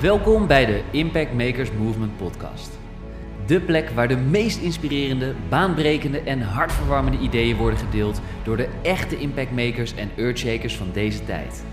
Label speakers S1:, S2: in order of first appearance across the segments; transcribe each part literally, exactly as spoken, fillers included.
S1: Welkom bij de Impact Makers Movement podcast. De plek waar de meest inspirerende, baanbrekende en hartverwarmende ideeën worden gedeeld door de echte impactmakers en earthshakers van deze tijd.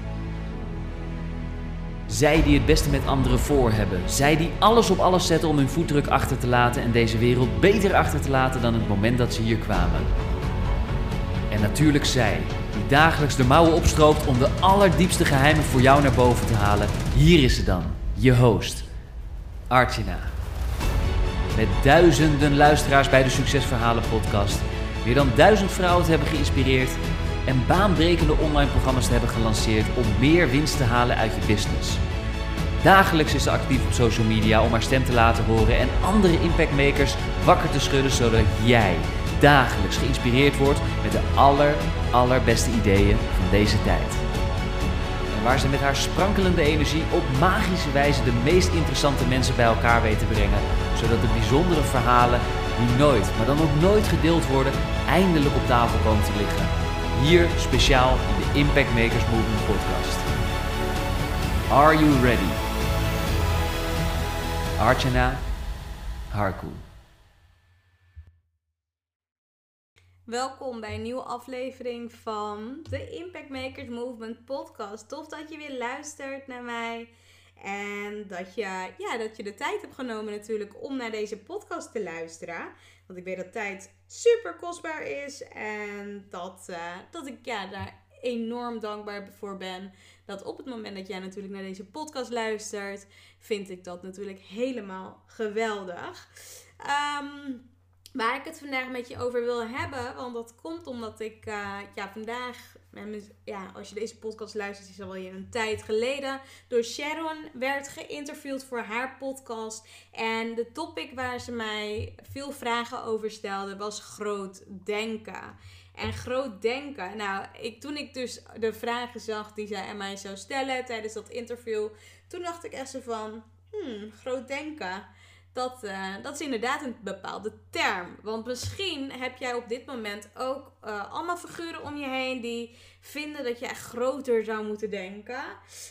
S1: Zij die het beste met anderen voor hebben. Zij die alles op alles zetten om hun voetdruk achter te laten en deze wereld beter achter te laten dan het moment dat ze hier kwamen. En natuurlijk zij, die dagelijks de mouwen opstroopt om de allerdiepste geheimen voor jou naar boven te halen. Hier is ze dan, je host, Archana. Met duizenden luisteraars bij de Succesverhalen podcast, meer dan duizend vrouwen te hebben geïnspireerd en baanbrekende online programma's te hebben gelanceerd om meer winst te halen uit je business. Dagelijks is ze actief op social media om haar stem te laten horen en andere impactmakers wakker te schudden, zodat jij dagelijks geïnspireerd wordt met de aller, allerbeste ideeën van deze tijd. En waar ze met haar sprankelende energie op magische wijze de meest interessante mensen bij elkaar weet te brengen, zodat de bijzondere verhalen die nooit, maar dan ook nooit gedeeld worden, eindelijk op tafel komen te liggen. Hier speciaal in de Impact Makers Movement podcast. Are you ready? Archana Harku.
S2: Welkom bij een nieuwe aflevering van de Impact Makers Movement podcast. Tof dat je weer luistert naar mij. En dat je, ja, dat je de tijd hebt genomen natuurlijk om naar deze podcast te luisteren. Want ik weet dat tijd super kostbaar is. En dat, uh, dat ik ja, daar enorm dankbaar voor ben. Dat op het moment dat jij natuurlijk naar deze podcast luistert, vind ik dat natuurlijk helemaal geweldig. Um, Waar ik het vandaag met je over wil hebben, want dat komt omdat ik uh, ja, vandaag, ja, als je deze podcast luistert, is het al wel een tijd geleden, door Sharon werd geïnterviewd voor haar podcast. En de topic waar ze mij veel vragen over stelde was groot denken. En groot denken, nou, ik, toen ik dus de vragen zag die zij aan mij zou stellen tijdens dat interview, toen dacht ik echt zo van, hmm, groot denken. Dat, uh, dat is inderdaad een bepaalde term. Want misschien heb jij op dit moment ook uh, allemaal figuren om je heen die vinden dat je echt groter zou moeten denken.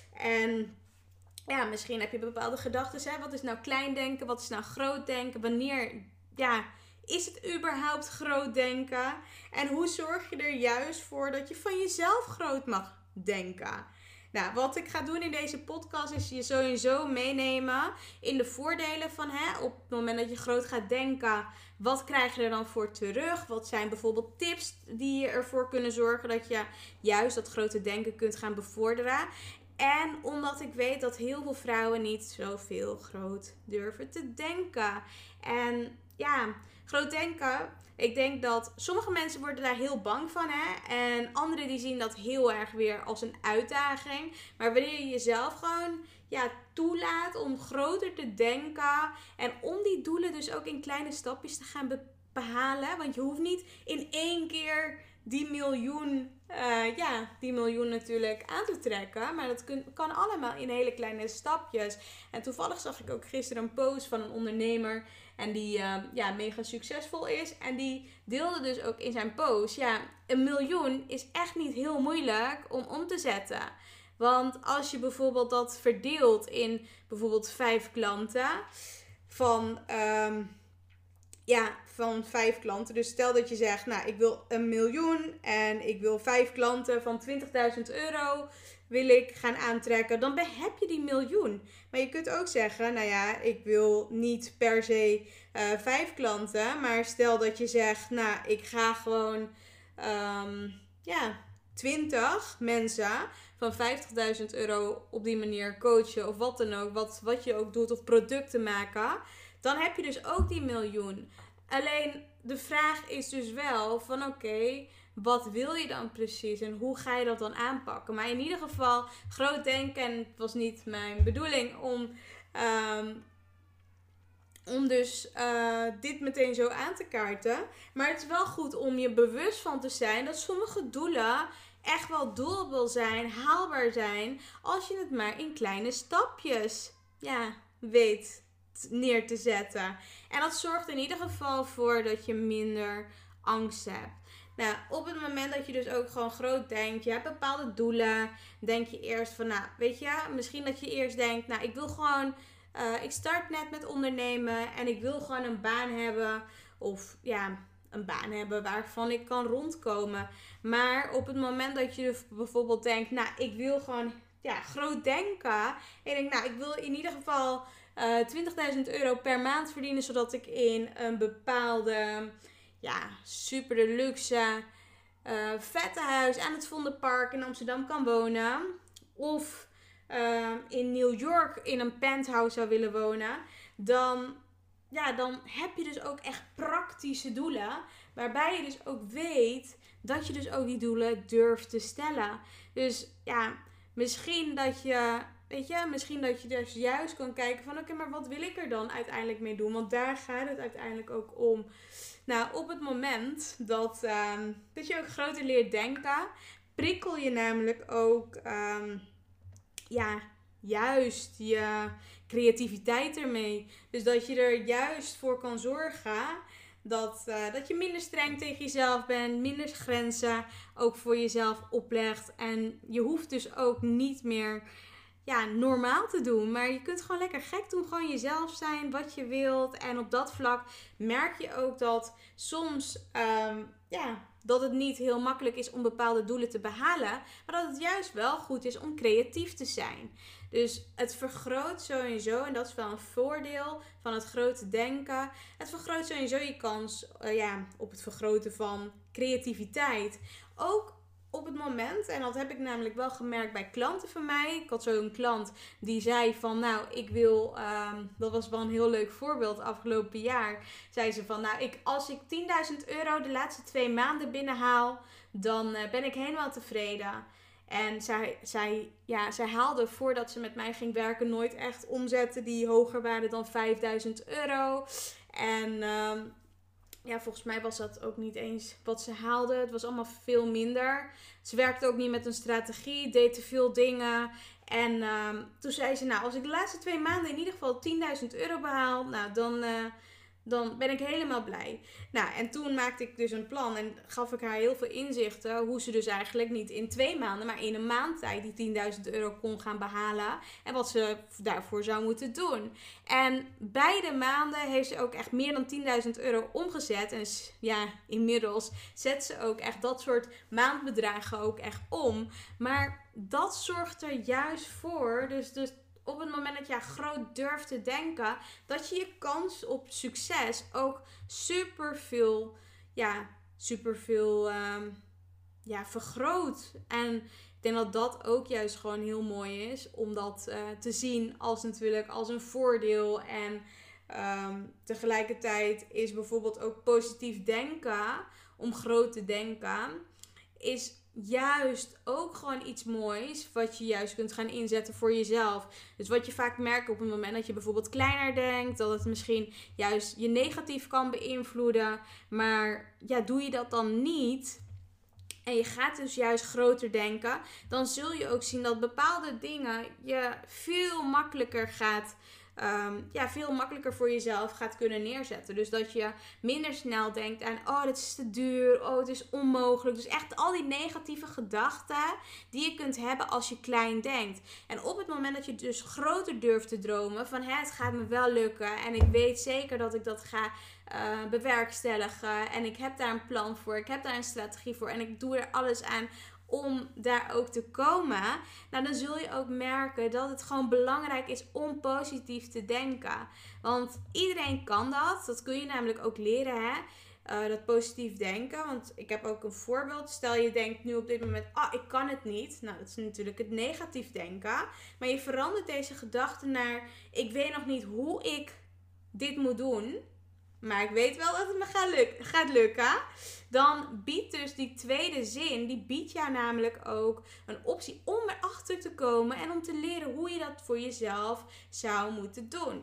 S2: En ja, misschien heb je bepaalde gedachten. Hè? Wat is nou klein denken? Wat is nou groot denken? Wanneer, ja, is het überhaupt groot denken? En hoe zorg je er juist voor dat je van jezelf groot mag denken? Nou, wat ik ga doen in deze podcast is je sowieso meenemen in de voordelen van, hè, op het moment dat je groot gaat denken, wat krijg je er dan voor terug? Wat zijn bijvoorbeeld tips die je ervoor kunnen zorgen dat je juist dat grote denken kunt gaan bevorderen? En omdat ik weet dat heel veel vrouwen niet zoveel groot durven te denken. En ja, groot denken, ik denk dat sommige mensen worden daar heel bang van. Hè? En anderen die zien dat heel erg weer als een uitdaging. Maar wanneer je jezelf gewoon ja, toelaat om groter te denken. En om die doelen dus ook in kleine stapjes te gaan be- behalen. Want je hoeft niet in één keer die miljoen, uh, ja, die miljoen natuurlijk aan te trekken. Maar dat kun, kan allemaal in hele kleine stapjes. En toevallig zag ik ook gisteren een post van een ondernemer. En die uh, ja, mega succesvol is. En die deelde dus ook in zijn post. Ja, een miljoen is echt niet heel moeilijk om om te zetten. Want als je bijvoorbeeld dat verdeelt in bijvoorbeeld vijf klanten. Van, um, ja, van vijf klanten. Dus stel dat je zegt, nou, ik wil een miljoen. En ik wil vijf klanten van twintigduizend euro wil ik gaan aantrekken, dan heb je die miljoen. Maar je kunt ook zeggen, nou ja, ik wil niet per se uh, vijf klanten, maar stel dat je zegt, nou, ik ga gewoon um, ja, twintig mensen van vijftigduizend euro op die manier coachen of wat dan ook, wat, wat je ook doet of producten maken, dan heb je dus ook die miljoen. Alleen de vraag is dus wel van oké, okay, wat wil je dan precies en hoe ga je dat dan aanpakken? Maar in ieder geval groot denken, en het was niet mijn bedoeling om, um, om dus uh, dit meteen zo aan te kaarten. Maar het is wel goed om je bewust van te zijn dat sommige doelen echt wel doable zijn, haalbaar zijn, als je het maar in kleine stapjes ja, weet neer te zetten. En dat zorgt in ieder geval voor dat je minder angst hebt. Nou, op het moment dat je dus ook gewoon groot denkt, je hebt bepaalde doelen, denk je eerst van, nou, weet je, misschien dat je eerst denkt, nou, ik wil gewoon, uh, ik start net met ondernemen en ik wil gewoon een baan hebben, of ja, een baan hebben waarvan ik kan rondkomen. Maar op het moment dat je bijvoorbeeld denkt, nou, ik wil gewoon, ja, groot denken, en je denkt, nou, ik wil in ieder geval uh, twintigduizend euro per maand verdienen, zodat ik in een bepaalde, ja, super deluxe, uh, vette huis aan het Vondelpark in Amsterdam kan wonen. Of uh, in New York in een penthouse zou willen wonen. Dan, ja, dan heb je dus ook echt praktische doelen. Waarbij je dus ook weet dat je dus ook die doelen durft te stellen. Dus ja, misschien dat je, weet je, misschien dat je dus juist kan kijken van, oké, okay, maar wat wil ik er dan uiteindelijk mee doen? Want daar gaat het uiteindelijk ook om. Nou, op het moment dat, um, dat je ook groter leert denken, prikkel je namelijk ook, um, ja, juist je creativiteit ermee. Dus dat je er juist voor kan zorgen dat, uh, dat je minder streng tegen jezelf bent, minder grenzen ook voor jezelf oplegt. En je hoeft dus ook niet meer, ja, normaal te doen. Maar je kunt gewoon lekker gek doen. Gewoon jezelf zijn, wat je wilt. En op dat vlak merk je ook dat soms, um, ja, dat het niet heel makkelijk is om bepaalde doelen te behalen. Maar dat het juist wel goed is om creatief te zijn. Dus het vergroot sowieso, en dat is wel een voordeel van het grote denken. Het vergroot sowieso je kans uh, ja, op het vergroten van creativiteit. Ook op het moment, en dat heb ik namelijk wel gemerkt bij klanten van mij. Ik had zo een klant die zei van, nou, ik wil, um, dat was wel een heel leuk voorbeeld afgelopen jaar. Zei ze van, nou, ik, als ik tienduizend euro de laatste twee maanden binnenhaal, dan uh, ben ik helemaal tevreden. En zij, zij, ja, zij haalde voordat ze met mij ging werken nooit echt omzetten die hoger waren dan vijfduizend euro. En um, ja, volgens mij was dat ook niet eens wat ze haalde. Het was allemaal veel minder. Ze werkte ook niet met een strategie, deed te veel dingen. En um, toen zei ze, nou, als ik de laatste twee maanden in ieder geval tienduizend euro behaal, nou, dan, uh, dan ben ik helemaal blij. Nou, en toen maakte ik dus een plan en gaf ik haar heel veel inzichten hoe ze dus eigenlijk niet in twee maanden, maar in een maand tijd die tienduizend euro kon gaan behalen. En wat ze daarvoor zou moeten doen. En beide maanden heeft ze ook echt meer dan tienduizend euro omgezet. En ja, inmiddels zet ze ook echt dat soort maandbedragen ook echt om. Maar dat zorgt er juist voor, dus, dus op het moment dat je groot durft te denken, dat je je kans op succes ook super veel, ja, super veel, um, ja, vergroot. En ik denk dat dat ook juist gewoon heel mooi is, om dat uh, te zien als natuurlijk als een voordeel. En um, tegelijkertijd is bijvoorbeeld ook positief denken, om groot te denken, is juist ook gewoon iets moois wat je juist kunt gaan inzetten voor jezelf. Dus wat je vaak merkt op het moment dat je bijvoorbeeld kleiner denkt, dat het misschien juist je negatief kan beïnvloeden. Maar ja, doe je dat dan niet en je gaat dus juist groter denken, dan zul je ook zien dat bepaalde dingen je veel makkelijker gaat Um, ja, veel makkelijker voor jezelf gaat kunnen neerzetten. Dus dat je minder snel denkt aan, oh, dit is te duur, oh, het is onmogelijk. Dus echt al die negatieve gedachten die je kunt hebben als je klein denkt. En op het moment dat je dus groter durft te dromen van, hè, het gaat me wel lukken en ik weet zeker dat ik dat ga uh, bewerkstelligen en ik heb daar een plan voor, ik heb daar een strategie voor en ik doe er alles aan om daar ook te komen, nou, dan zul je ook merken dat het gewoon belangrijk is om positief te denken. Want iedereen kan dat. Dat kun je namelijk ook leren, hè? Uh, dat positief denken. Want ik heb ook een voorbeeld. Stel je denkt nu op dit moment, ah, ik kan het niet. Nou, dat is natuurlijk het negatief denken. Maar je verandert deze gedachte naar, ik weet nog niet hoe ik dit moet doen, maar ik weet wel dat het me gaat, luk- gaat lukken. Dan biedt dus die tweede zin, die biedt jou namelijk ook een optie om erachter te komen en om te leren hoe je dat voor jezelf zou moeten doen.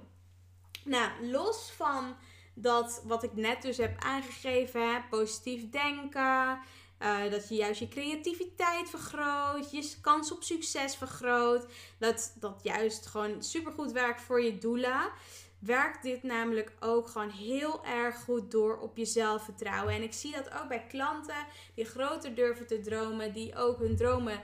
S2: Nou, los van dat wat ik net dus heb aangegeven, hè, positief denken, uh, dat je juist je creativiteit vergroot, je kans op succes vergroot, dat dat juist gewoon supergoed werkt voor je doelen. werkt dit namelijk ook gewoon heel erg goed door op je zelfvertrouwen. En ik zie dat ook bij klanten die groter durven te dromen, die ook hun dromen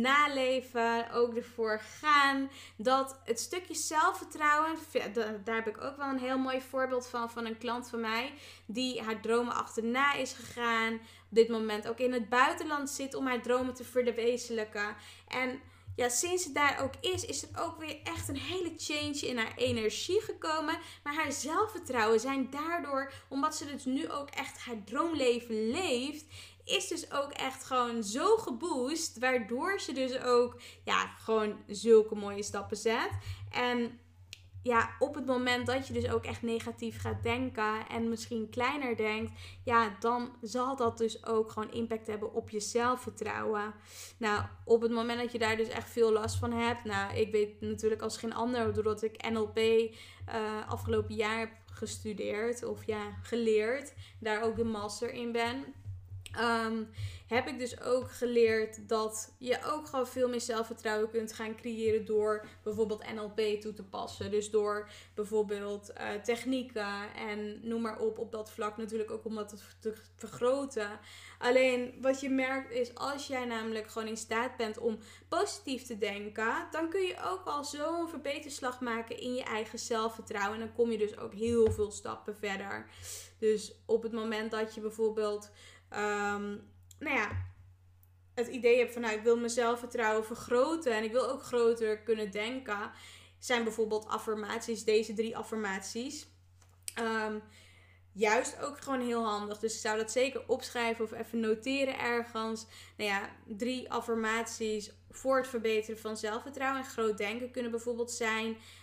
S2: naleven, ook ervoor gaan. Dat het stukje zelfvertrouwen, daar heb ik ook wel een heel mooi voorbeeld van, van een klant van mij, die haar dromen achterna is gegaan. Op dit moment ook in het buitenland zit om haar dromen te verwezenlijken. En ja, sinds het daar ook is, is er ook weer echt een hele change in haar energie gekomen. Maar haar zelfvertrouwen zijn daardoor, omdat ze dus nu ook echt haar droomleven leeft, is dus ook echt gewoon zo geboost. Waardoor ze dus ook ja, gewoon zulke mooie stappen zet. En ja, op het moment dat je dus ook echt negatief gaat denken en misschien kleiner denkt, ja, dan zal dat dus ook gewoon impact hebben op je zelfvertrouwen. Nou, op het moment dat je daar dus echt veel last van hebt, nou, ik weet natuurlijk als geen ander, doordat ik N L P uh, afgelopen jaar heb gestudeerd, of ja, geleerd, daar ook de master in ben. Um, heb ik dus ook geleerd dat je ook gewoon veel meer zelfvertrouwen kunt gaan creëren door bijvoorbeeld N L P toe te passen. Dus door bijvoorbeeld uh, technieken en noem maar op op dat vlak natuurlijk ook om dat te vergroten. Alleen wat je merkt is, als jij namelijk gewoon in staat bent om positief te denken, dan kun je ook al zo'n verbeterslag maken in je eigen zelfvertrouwen. En dan kom je dus ook heel veel stappen verder. Dus op het moment dat je bijvoorbeeld Um, nou ja, het idee hebt van nou, ik wil mijn zelfvertrouwen vergroten en ik wil ook groter kunnen denken, zijn bijvoorbeeld affirmaties, deze drie affirmaties. Um, juist ook gewoon heel handig. Dus ik zou dat zeker opschrijven of even noteren ergens. Nou ja, drie affirmaties voor het verbeteren van zelfvertrouwen en groot denken kunnen bijvoorbeeld zijn.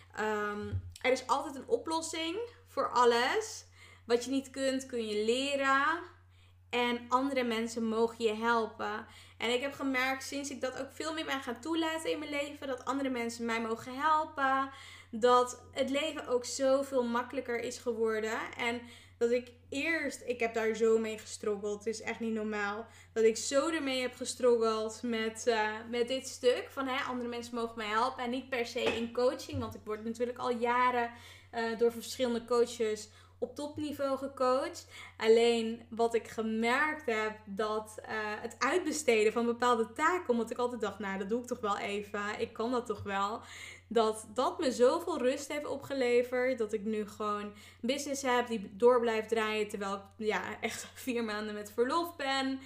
S2: Um, er is altijd een oplossing voor alles. Wat je niet kunt, kun je leren. En andere mensen mogen je helpen. En ik heb gemerkt, sinds ik dat ook veel meer ben gaan toelaten in mijn leven, dat andere mensen mij mogen helpen, dat het leven ook zoveel makkelijker is geworden. En dat ik eerst, ik heb daar zo mee gestruggeld, het is echt niet normaal, dat ik zo ermee heb gestruggeld met, uh, met dit stuk van hè, andere mensen mogen mij helpen. En niet per se in coaching, want ik word natuurlijk al jaren uh, door verschillende coaches op topniveau gecoacht. Alleen wat ik gemerkt heb, dat uh, het uitbesteden van bepaalde taken, omdat ik altijd dacht, nou dat doe ik toch wel even, ik kan dat toch wel, dat dat me zoveel rust heeft opgeleverd, dat ik nu gewoon een business heb die door blijft draaien, terwijl ik ja, echt vier maanden met verlof ben.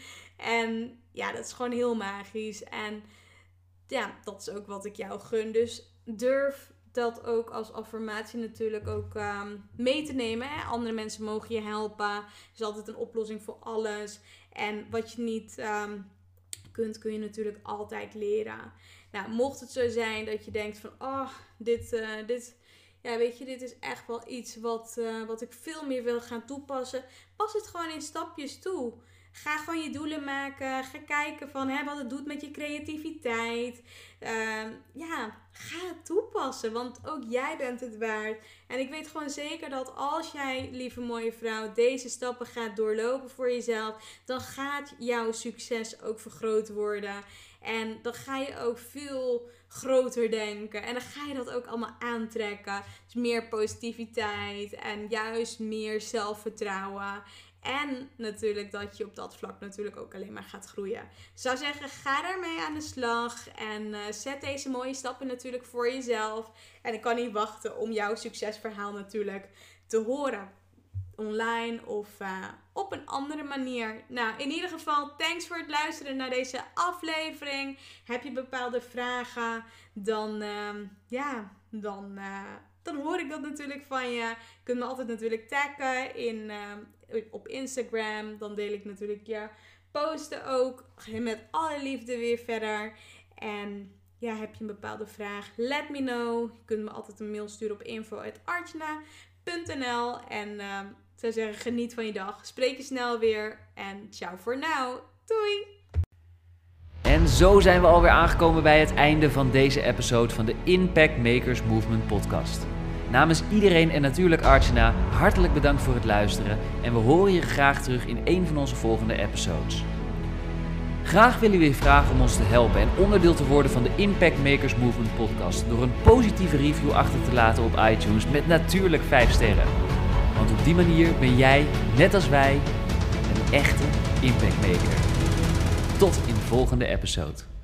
S2: En ja, dat is gewoon heel magisch. En ja, dat is ook wat ik jou gun. Dus durf dat ook als affirmatie natuurlijk ook um, mee te nemen. Hè? Andere mensen mogen je helpen. Er is altijd een oplossing voor alles. En wat je niet um, kunt, kun je natuurlijk altijd leren. Nou, mocht het zo zijn dat je denkt van, oh, dit, uh, dit, ja, weet je, dit is echt wel iets wat, uh, wat ik veel meer wil gaan toepassen. Pas het gewoon in stapjes toe. Ga gewoon je doelen maken. Ga kijken van hè, wat het doet met je creativiteit. Uh, ja, ga het toepassen. Want ook jij bent het waard. En ik weet gewoon zeker dat als jij, lieve mooie vrouw, deze stappen gaat doorlopen voor jezelf, dan gaat jouw succes ook vergroot worden. En dan ga je ook veel groter denken. En dan ga je dat ook allemaal aantrekken. Dus meer positiviteit en juist meer zelfvertrouwen. En natuurlijk dat je op dat vlak natuurlijk ook alleen maar gaat groeien. Ik zou zeggen, ga daarmee aan de slag. En uh, zet deze mooie stappen natuurlijk voor jezelf. En ik kan niet wachten om jouw succesverhaal natuurlijk te horen. Online of uh, op een andere manier. Nou, in ieder geval, thanks voor het luisteren naar deze aflevering. Heb je bepaalde vragen, dan uh, ja, dan... Uh, Dan hoor ik dat natuurlijk van je. Je kunt me altijd natuurlijk taggen in, uh, op Instagram. Dan deel ik natuurlijk je posten ook. Met alle liefde weer verder. En ja, heb je een bepaalde vraag? Let me know. Je kunt me altijd een mail sturen op info at archana punt n l. En uh, ik zou zeggen, geniet van je dag. Spreek je snel weer. En ciao voor now. Doei!
S1: En zo zijn we alweer aangekomen bij het einde van deze episode van de Impact Makers Movement podcast. Namens iedereen en natuurlijk Archana, hartelijk bedankt voor het luisteren en we horen je graag terug in een van onze volgende episodes. Graag willen we je vragen om ons te helpen en onderdeel te worden van de Impact Makers Movement podcast door een positieve review achter te laten op iTunes met natuurlijk vijf sterren. Want op die manier ben jij, net als wij, een echte Impact Maker. Tot in de volgende episode.